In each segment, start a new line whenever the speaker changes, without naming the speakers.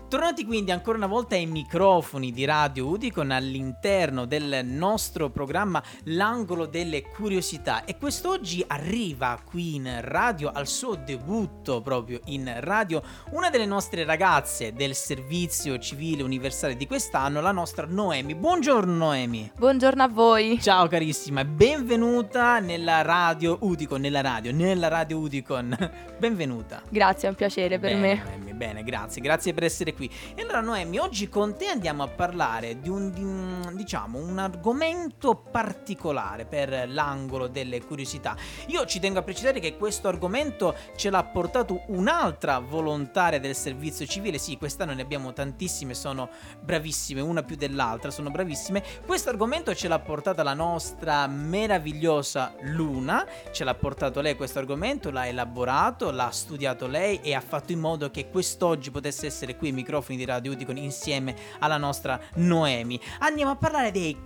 Tornati quindi ancora una volta ai microfoni di Radio Udicon all'interno del nostro programma L'Angolo delle Curiosità, e quest'oggi arriva qui in radio al suo debutto proprio in radio una delle nostre ragazze del servizio civile universale di quest'anno, la nostra Noemi. Buongiorno Noemi.
Buongiorno a voi.
Ciao carissima, benvenuta nella Radio Udicon, nella Radio Udicon. Benvenuta.
Grazie, è un piacere per me.
Noemi, bene, grazie per essere qui. E allora Noemi, oggi con te andiamo a parlare di un argomento particolare per l'angolo delle curiosità. Io ci tengo a precisare che questo argomento ce l'ha portato un'altra volontaria del servizio civile. Sì, quest'anno ne abbiamo tantissime, sono bravissime, una più dell'altra, sono bravissime. Questo argomento ce l'ha portata la nostra meravigliosa Luna, ce l'ha portato lei questo argomento, l'ha elaborato, l'ha studiato lei e ha fatto in modo che quest'oggi potesse essere qui ai microfoni di Radio Udicon insieme alla nostra Noemi. Andiamo a parlare dei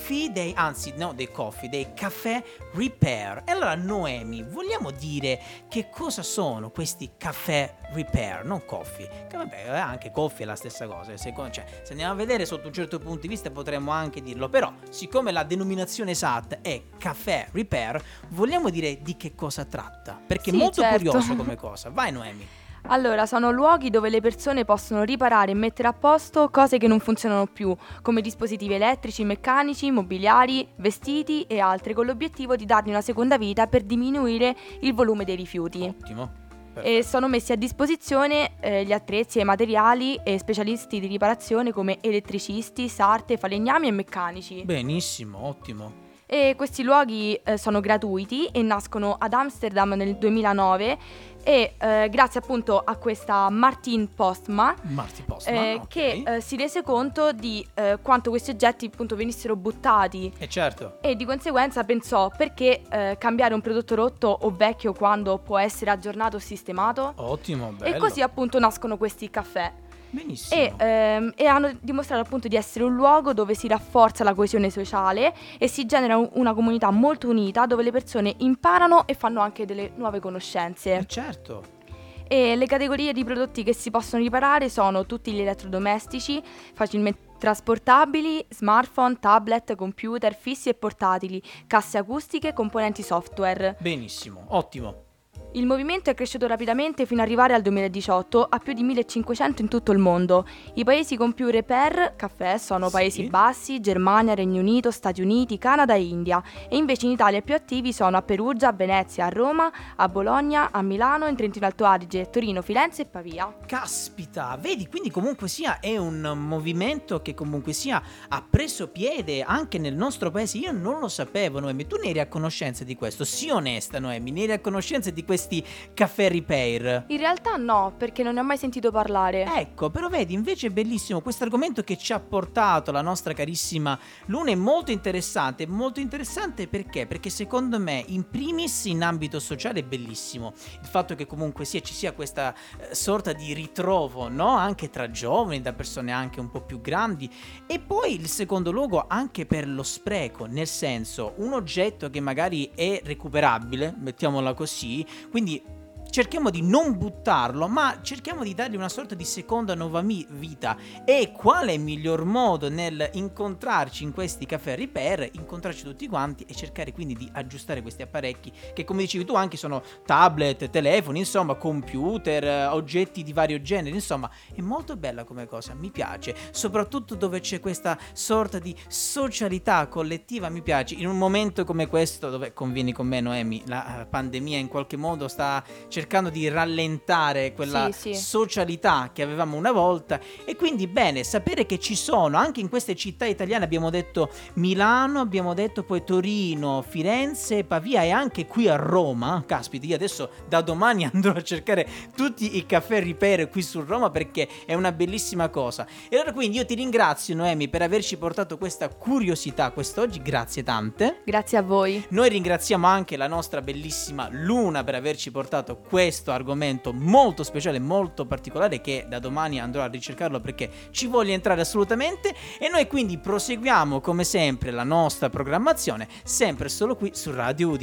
caffè repair. E allora Noemi, vogliamo dire che cosa sono questi caffè repair, non coffee? Che vabbè, anche coffee è la stessa cosa, se andiamo a vedere sotto un certo punto di vista potremmo anche dirlo, però siccome la denominazione esatta è caffè repair, vogliamo dire di che cosa tratta? Perché
Sì,
è molto
certo.
curioso come cosa. Vai Noemi.
Allora, sono luoghi dove le persone possono riparare e mettere a posto cose che non funzionano più, come dispositivi elettrici, meccanici, mobiliari, vestiti e altre, con l'obiettivo di dargli una seconda vita per diminuire il volume dei rifiuti.
Ottimo.
E sono messi a disposizione gli attrezzi e i materiali e specialisti di riparazione come elettricisti, sarte, falegnami e meccanici.
Benissimo, ottimo.
E questi luoghi sono gratuiti e nascono ad Amsterdam nel 2009 e grazie appunto a questa Martin Postma,
Ok.
che si rese conto di quanto questi oggetti appunto venissero buttati
Certo.
e di conseguenza pensò: perché cambiare un prodotto rotto o vecchio quando può essere aggiornato o sistemato?
Ottimo, bello.
E così appunto nascono questi caffè.
Benissimo.
E hanno dimostrato appunto di essere un luogo dove si rafforza la coesione sociale e si genera una comunità molto unita, dove le persone imparano e fanno anche delle nuove conoscenze.
Certo.
E le categorie di prodotti che si possono riparare sono tutti gli elettrodomestici facilmente trasportabili, smartphone, tablet, computer fissi e portatili, casse acustiche, componenti software.
Benissimo, ottimo.
Il movimento è cresciuto rapidamente fino ad arrivare al 2018 a più di 1500 in tutto il mondo. I paesi con più repair caffè sono Paesi Bassi, Germania, Regno Unito, Stati Uniti, Canada e India, e invece in Italia i più attivi sono a Perugia, a Venezia, a Roma, a Bologna, a Milano, in Trentino Alto Adige, Torino, Firenze e Pavia.
Caspita, vedi, quindi comunque sia è un movimento che comunque sia ha preso piede anche nel nostro paese. Io non lo sapevo, Noemi, tu ne eri a conoscenza di questo? Sii onesta Noemi, ne eri a conoscenza di questi caffè repair?
In realtà no, perché non ne ho mai sentito parlare.
Ecco, però vedi, invece è bellissimo questo argomento che ci ha portato la nostra carissima Luna, è molto interessante perché? Perché secondo me in primis in ambito sociale è bellissimo il fatto che comunque ci sia questa sorta di ritrovo, no? Anche tra giovani, da persone anche un po' più grandi, e poi il secondo luogo anche per lo spreco, nel senso un oggetto che magari è recuperabile, mettiamola così, quindi cerchiamo di non buttarlo, ma cerchiamo di dargli una sorta di seconda nuova vita. E quale miglior modo nel incontrarci in questi caffè repair, incontrarci tutti quanti e cercare quindi di aggiustare questi apparecchi che, come dicevi tu, anche sono tablet, telefoni, insomma computer, oggetti di vario genere. Insomma è molto bella come cosa, mi piace, soprattutto dove c'è questa sorta di socialità collettiva. Mi piace in un momento come questo dove, convieni con me Noemi, la pandemia in qualche modo sta cercando di rallentare quella socialità che avevamo una volta, e quindi bene sapere che ci sono anche in queste città italiane. Abbiamo detto Milano, abbiamo detto poi Torino, Firenze, Pavia e anche qui a Roma. Caspita, io adesso da domani andrò a cercare tutti i caffè repair qui su Roma perché è una bellissima cosa. E allora quindi io ti ringrazio Noemi per averci portato questa curiosità quest'oggi, grazie tante.
Grazie a voi.
Noi ringraziamo anche la nostra bellissima Luna per averci portato questo argomento molto speciale, molto particolare, che da domani andrò a ricercarlo perché ci voglio entrare assolutamente. E noi quindi proseguiamo come sempre la nostra programmazione, sempre solo qui su Radio Udicon.